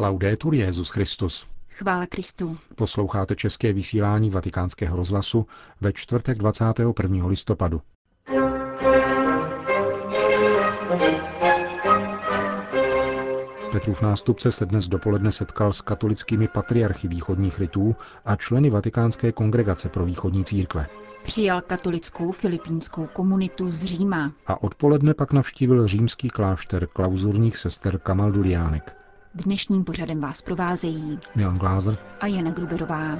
Laudetur Jesus Christus. Chvála Kristu. Posloucháte české vysílání Vatikánského rozhlasu ve čtvrtek 21. listopadu. Petrův nástupce se dnes dopoledne setkal s katolickými patriarchy východních rytů a členy Vatikánské kongregace pro východní církve. Přijal katolickou filipínskou komunitu z Říma. A odpoledne pak navštívil římský klášter klauzurních sester Kamalduliánek. Dnešním pořadem vás provázejí Milan Glázer a Jana Gruberová.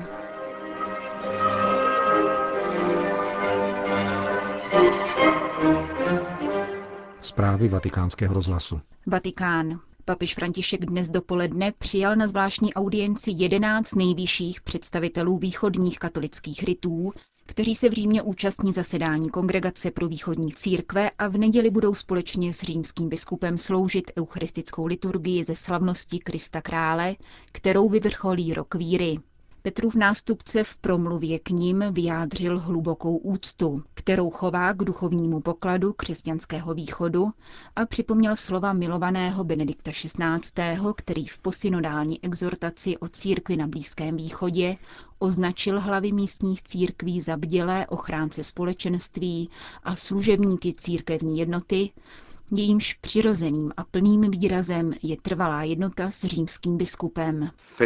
Zprávy Vatikánského rozhlasu. Vatikán. Papež František dnes dopoledne přijal na zvláštní audienci 11 nejvyšších představitelů východních katolických rytů, kteří se v Římě účastní zasedání Kongregace pro východní církve a v neděli budou společně s římským biskupem sloužit eucharistickou liturgii ze slavnosti Krista Krále, kterou vyvrcholí rok víry. Petrův nástupce v promluvě k nim vyjádřil hlubokou úctu, kterou chová k duchovnímu pokladu křesťanského východu a připomněl slova milovaného Benedikta XVI., který v posynodální exhortaci o církvi na Blízkém východě označil hlavy místních církví za bdělé ochránce společenství a služebníky církevní jednoty, jejímž přirozeným a plným výrazem je trvalá jednota s římským biskupem.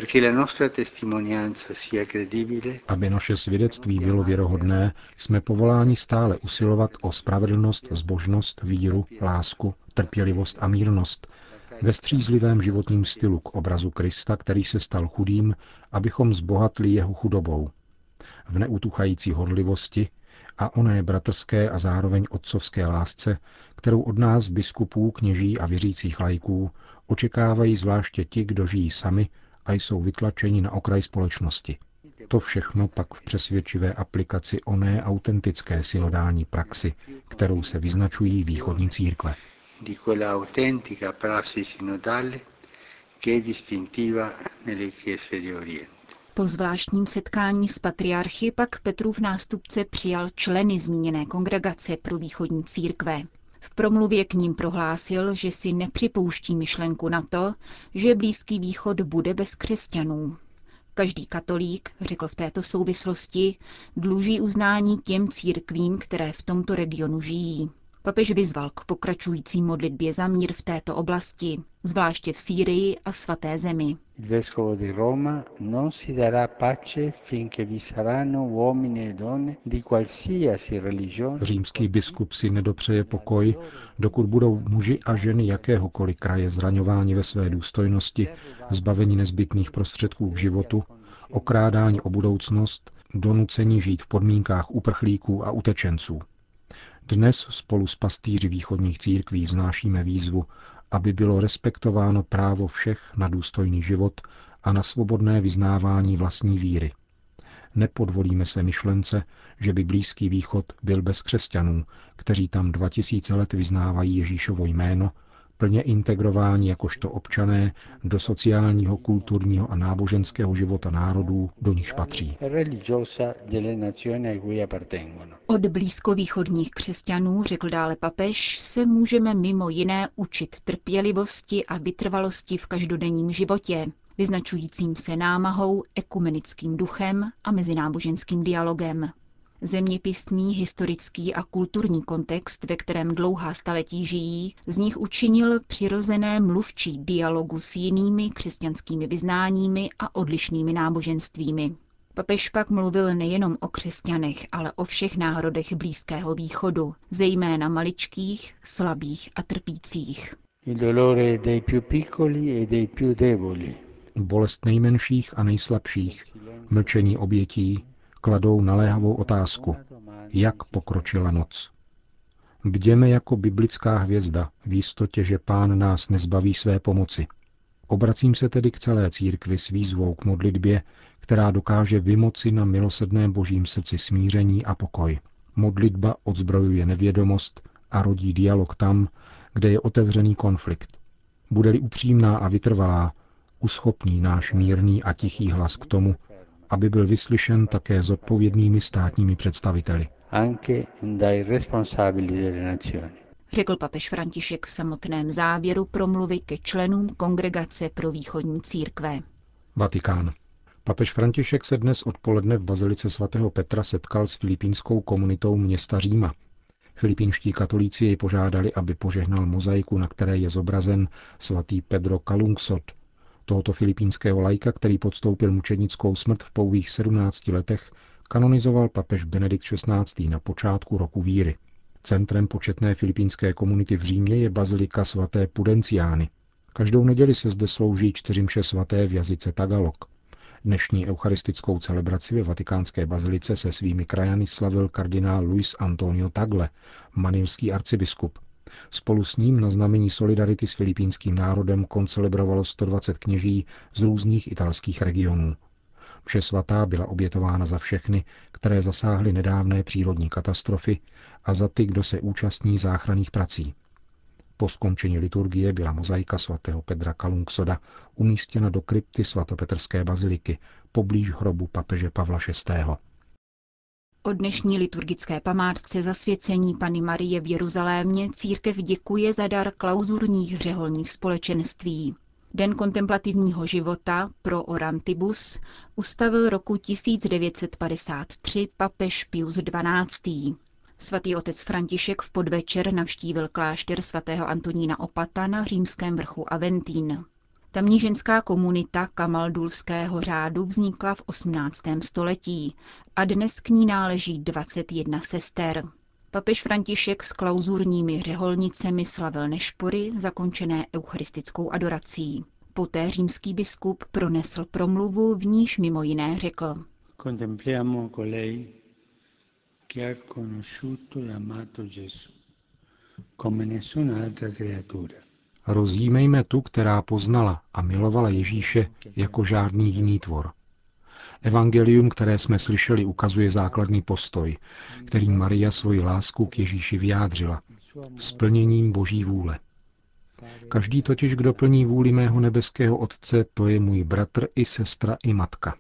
Aby naše svědectví bylo věrohodné, jsme povoláni stále usilovat o spravedlnost, zbožnost, víru, lásku, trpělivost a mírnost ve střízlivém životním stylu k obrazu Krista, který se stal chudým, abychom zbohatli jeho chudobou. V neutuchající horlivosti a oné bratrské a zároveň otcovské lásce, kterou od nás biskupů, kněží a věřících laiků očekávají zvláště ti, kdo žijí sami a jsou vytlačeni na okraj společnosti. To všechno pak v přesvědčivé aplikaci oné autentické synodální praxi, kterou se vyznačují východní církve. Po zvláštním setkání s patriarchy pak Petrův nástupce přijal členy zmíněné Kongregace pro východní církve. V promluvě k nim prohlásil, že si nepřipouští myšlenku na to, že Blízký východ bude bez křesťanů. Každý katolík, řekl v této souvislosti, dluží uznání těm církvím, které v tomto regionu žijí. Papež vyzval k pokračující modlitbě za mír v této oblasti, zvláště v Sýrii a Svaté zemi. Římský biskup si nedopřeje pokoj, dokud budou muži a ženy jakéhokoliv kraje zraňováni ve své důstojnosti, zbaveni nezbytných prostředků k životu, okrádáni o budoucnost, donuceni žít v podmínkách uprchlíků a utečenců. Dnes spolu s pastýři východních církví vznášíme výzvu, aby bylo respektováno právo všech na důstojný život a na svobodné vyznávání vlastní víry. Nepodvolíme se myšlence, že by Blízký východ byl bez křesťanů, kteří tam 2000 let vyznávají Ježíšovo jméno, plně integrováni jakožto občané do sociálního, kulturního a náboženského života národů, do nichž patří. Od blízkovýchodních křesťanů, řekl dále papež, se můžeme mimo jiné učit trpělivosti a vytrvalosti v každodenním životě, vyznačujícím se námahou, ekumenickým duchem a mezináboženským dialogem. Zeměpisný, historický a kulturní kontext, ve kterém dlouhá staletí žijí, z nich učinil přirozené mluvčí dialogu s jinými křesťanskými vyznáními a odlišnými náboženstvími. Papež pak mluvil nejenom o křesťanech, ale o všech národech Blízkého východu, zejména maličkých, slabých a trpících. Bolest nejmenších a nejslabších, mlčení obětí, kladou naléhavou otázku, jak pokročila noc. Bděme jako biblická hvězda v jistotě, že Pán nás nezbaví své pomoci. Obracím se tedy k celé církvi s výzvou k modlitbě, která dokáže vymoci na milosrdném Božím srdci smíření a pokoj. Modlitba odzbrojuje nevědomost a rodí dialog tam, kde je otevřený konflikt. Bude-li upřímná a vytrvalá, uschopní náš mírný a tichý hlas k tomu, aby byl vyslyšen také zodpovědnými státními představiteli. řekl papež František v samotném závěru promluvy ke členům Kongregace pro východní církve. Vatikán. Papež František se dnes odpoledne v bazilice svatého Petra setkal s filipínskou komunitou města Říma. Filipínští katolíci jej požádali, aby požehnal mozaiku, na které je zobrazen svatý Pedro Calungsod, tohoto filipínského laika, který podstoupil mučednickou smrt v pouhých 17 letech, kanonizoval papež Benedikt XVI. Na počátku roku víry. Centrem početné filipínské komunity v Římě je bazilika svaté Pudenciány. Každou neděli se zde slouží 4 mše svaté v jazyce Tagalog. Dnešní eucharistickou celebraci ve vatikánské bazilice se svými krajany slavil kardinál Luis Antonio Tagle, manilský arcibiskup. Spolu s ním na znamení solidarity s filipínským národem koncelebrovalo 120 kněží z různých italských regionů. Mše svatá byla obětována za všechny, které zasáhly nedávné přírodní katastrofy a za ty, kdo se účastní záchranných prací. Po skončení liturgie byla mozaika svatého Pedra Calungsoda umístěna do krypty svatopetrské baziliky poblíž hrobu papeže Pavla VI. O dnešní liturgické památce zasvěcení Panny Marie v Jeruzalémě církev děkuje za dar klauzurních řeholních společenství. Den kontemplativního života pro orantibus ustavil roku 1953 papež Pius XII. Svatý otec František v podvečer navštívil klášter svatého Antonína Opata na římském vrchu Aventín. Tamní ženská komunita kamaldulského řádu vznikla v 18. století a dnes k ní náleží 21 sester. Papež František s klauzurními řeholnicemi slavil nešpory, zakončené eucharistickou adorací. Poté římský biskup pronesl promluvu, v níž mimo jiné řekl: Contempliamo colei che ha conosciuto e amato Gesù come nessuna altra creatura. Rozjímejme tu, která poznala a milovala Ježíše jako žádný jiný tvor. Evangelium, které jsme slyšeli, ukazuje základní postoj, kterým Maria svoji lásku k Ježíši vyjádřila, splněním Boží vůle. Každý totiž, kdo plní vůli mého nebeského Otce, to je můj bratr i sestra i matka.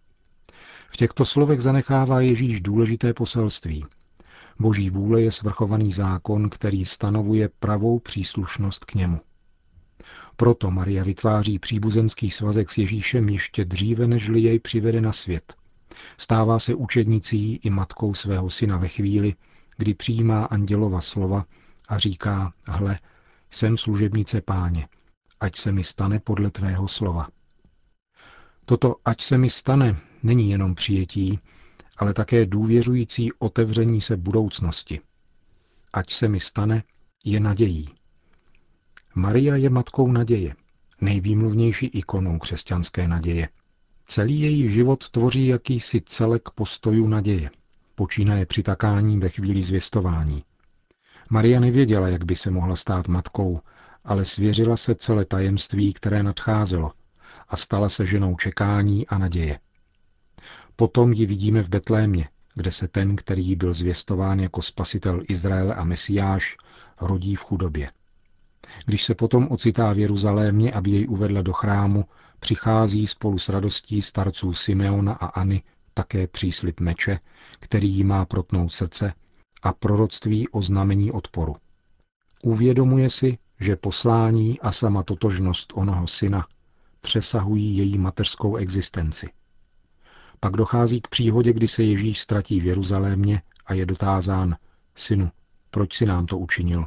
V těchto slovech zanechává Ježíš důležité poselství. Boží vůle je svrchovaný zákon, který stanovuje pravou příslušnost k němu. Proto Maria vytváří příbuzenský svazek s Ježíšem ještě dříve, nežli jej přivede na svět. Stává se učednicí i matkou svého syna ve chvíli, kdy přijímá andělova slova a říká: Hle, jsem služebnice Páně, ať se mi stane podle tvého slova. Toto ať se mi stane není jenom přijetí, ale také důvěřující otevření se budoucnosti. Ať se mi stane je nadějí. Maria je matkou naděje, nejvýmluvnější ikonou křesťanské naděje. Celý její život tvoří jakýsi celek postojů naděje. Počínaje přitakáním ve chvíli zvěstování. Maria nevěděla, jak by se mohla stát matkou, ale svěřila se celé tajemství, které nadcházelo, a stala se ženou čekání a naděje. Potom ji vidíme v Betlémě, kde se ten, který byl zvěstován jako spasitel Izraele a Mesiáš, rodí v chudobě. Když se potom ocitá v Jeruzalémě, aby jej uvedla do chrámu, přichází spolu s radostí starců Simeona a Anny také příslib meče, který jí má protnout srdce, a proroctví o znamení odporu. Uvědomuje si, že poslání a sama totožnost onoho syna přesahují její mateřskou existenci. Pak dochází k příhodě, kdy se Ježíš ztratí v Jeruzalémě a je dotázán: Synu, proč si nám to učinil?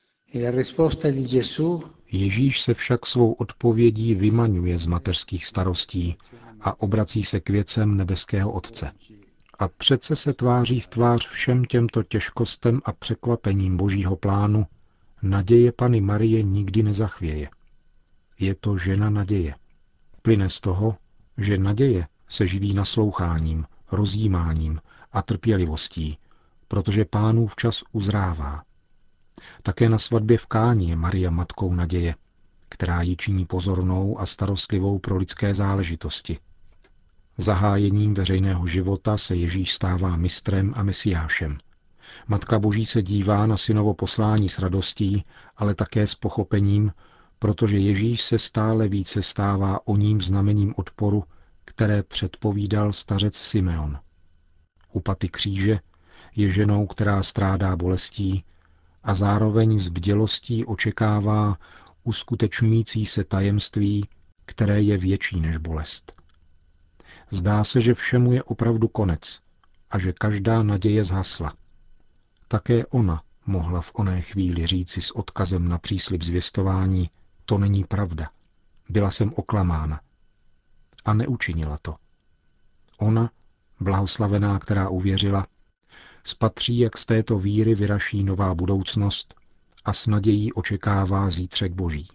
Ježíš se však svou odpovědí vymaňuje z mateřských starostí a obrací se k věcem nebeského Otce. A přece se tváří v tvář všem těmto těžkostem a překvapením Božího plánu naděje Panny Marie nikdy nezachvěje. Je to žena naděje. Plyne z toho, že naděje se živí nasloucháním, rozjímáním a trpělivostí, protože Pánův čas uzrává. Také na svatbě v Káni je Maria matkou naděje, která ji činí pozornou a starostlivou pro lidské záležitosti. Zahájením veřejného života se Ježíš stává mistrem a mesiášem. Matka Boží se dívá na synovo poslání s radostí, ale také s pochopením, protože Ježíš se stále více stává oním znamením odporu, které předpovídal stařec Simeon. U paty kříže je ženou, která strádá bolestí, a zároveň s bdělostí očekává uskutečňující se tajemství, které je větší než bolest. Zdá se, že všemu je opravdu konec a že každá naděje zhasla. Také ona mohla v oné chvíli říci s odkazem na příslib zvěstování: to není pravda, byla jsem oklamána. A neučinila to. Ona, blahoslavená, která uvěřila, spatří, jak z této víry vyraší nová budoucnost a s nadějí očekává zítřek Boží.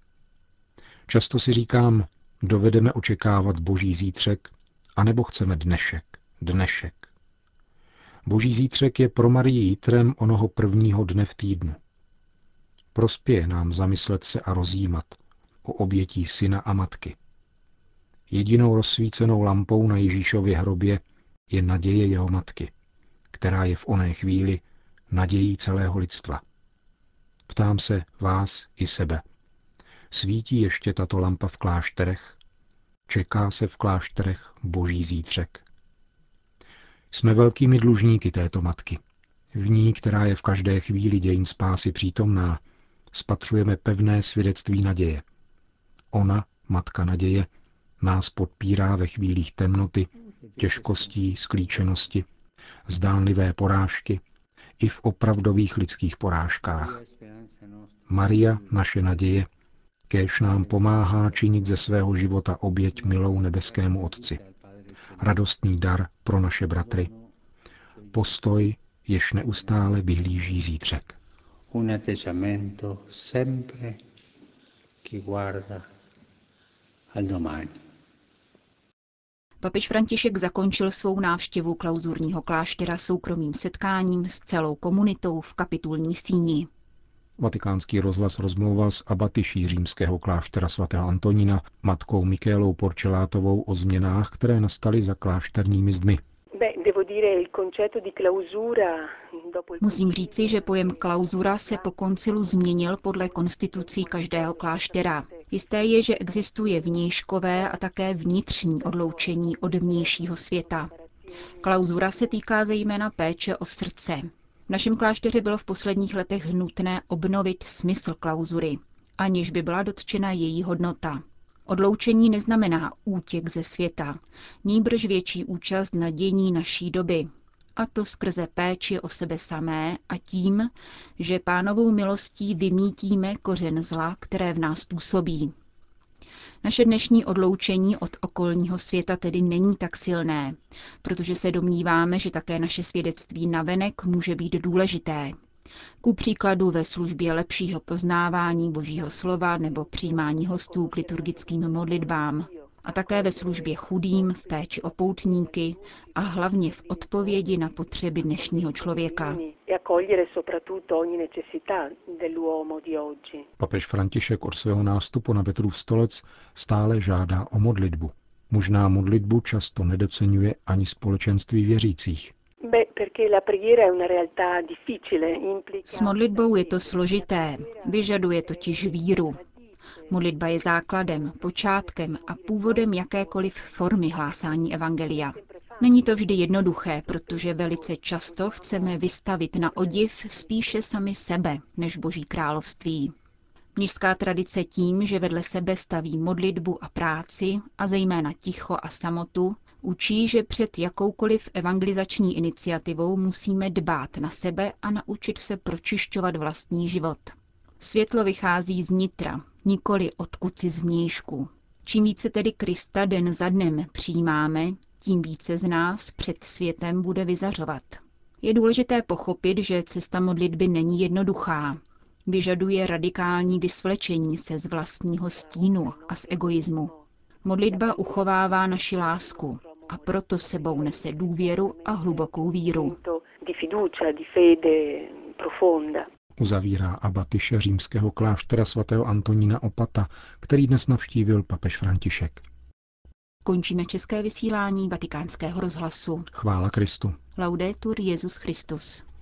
Často si říkám, dovedeme očekávat Boží zítřek, anebo chceme dnešek. Boží zítřek je pro Marii jitrem onoho prvního dne v týdnu. Prospěje nám zamyslet se a rozjímat o obětí syna a matky. Jedinou rozsvícenou lampou na Ježíšově hrobě je naděje jeho matky, která je v oné chvíli nadějí celého lidstva. Ptám se vás i sebe. Svítí ještě tato lampa v klášterech? Čeká se v klášterech Boží zítřek? Jsme velkými dlužníky této matky. V ní, která je v každé chvíli dějin spásy přítomná, spatřujeme pevné svědectví naděje. Ona, matka naděje, nás podpírá ve chvílích temnoty, těžkostí, sklíčenosti, zdánlivé porážky i v opravdových lidských porážkách. Maria, naše naděje, kéž nám pomáhá činit ze svého života oběť milou nebeskému Otci. Radostný dar pro naše bratry. Postoj, jež neustále vyhlíží zítřek. Un atteggiamento sempre che guarda al domani. Papež František zakončil svou návštěvu klauzurního kláštera soukromým setkáním s celou komunitou v kapitulní síni. Vatikánský rozhlas rozmlouval s abatyší římského kláštera sv. Antonína, matkou Michaelou Porcelátovou, o změnách, které nastaly za klášterními zdmi. Musím říci, že pojem klauzura se po koncilu změnil podle konstitucí každého kláštera. Jisté je, že existuje vnějškové a také vnitřní odloučení od vnějšího světa. Klauzura se týká zejména péče o srdce. V našem klášteře bylo v posledních letech nutné obnovit smysl klauzury, aniž by byla dotčena její hodnota. Odloučení neznamená útěk ze světa, nýbrž větší účast na dění naší doby. A to skrze péči o sebe samé a tím, že Pánovou milostí vymítíme kořen zla, které v nás působí. Naše dnešní odloučení od okolního světa tedy není tak silné, protože se domníváme, že také naše svědectví navenek může být důležité. Ku příkladu ve službě lepšího poznávání Božího slova nebo přijímání hostů k liturgickým modlitbám. A také ve službě chudým, v péči o poutníky a hlavně v odpovědi na potřeby dnešního člověka. Papež František od svého nástupu na Petrův stolec stále žádá o modlitbu. Možná modlitbu často nedoceňuje ani společenství věřících. S modlitbou je to složité, vyžaduje totiž víru. Modlitba je základem, počátkem a původem jakékoliv formy hlásání evangelia. Není to vždy jednoduché, protože velice často chceme vystavit na odiv spíše sami sebe než Boží království. Mnišská tradice tím, že vedle sebe staví modlitbu a práci, a zejména ticho a samotu, učí, že před jakoukoliv evangelizační iniciativou musíme dbát na sebe a naučit se pročišťovat vlastní život. Světlo vychází znitra, nikoli odkud z vnějšku. Čím více tedy Krista den za dnem přijímáme, tím více z nás před světem bude vyzařovat. Je důležité pochopit, že cesta modlitby není jednoduchá. Vyžaduje radikální vysvlečení se z vlastního stínu a z egoismu. Modlitba uchovává naši lásku a proto sebou nese důvěru a hlubokou víru. Uzavírá abatyše římského kláštera sv. Antonína Opata, který dnes navštívil papež František. Končíme české vysílání Vatikánského rozhlasu. Chvála Kristu. Laudetur Jesus Christus.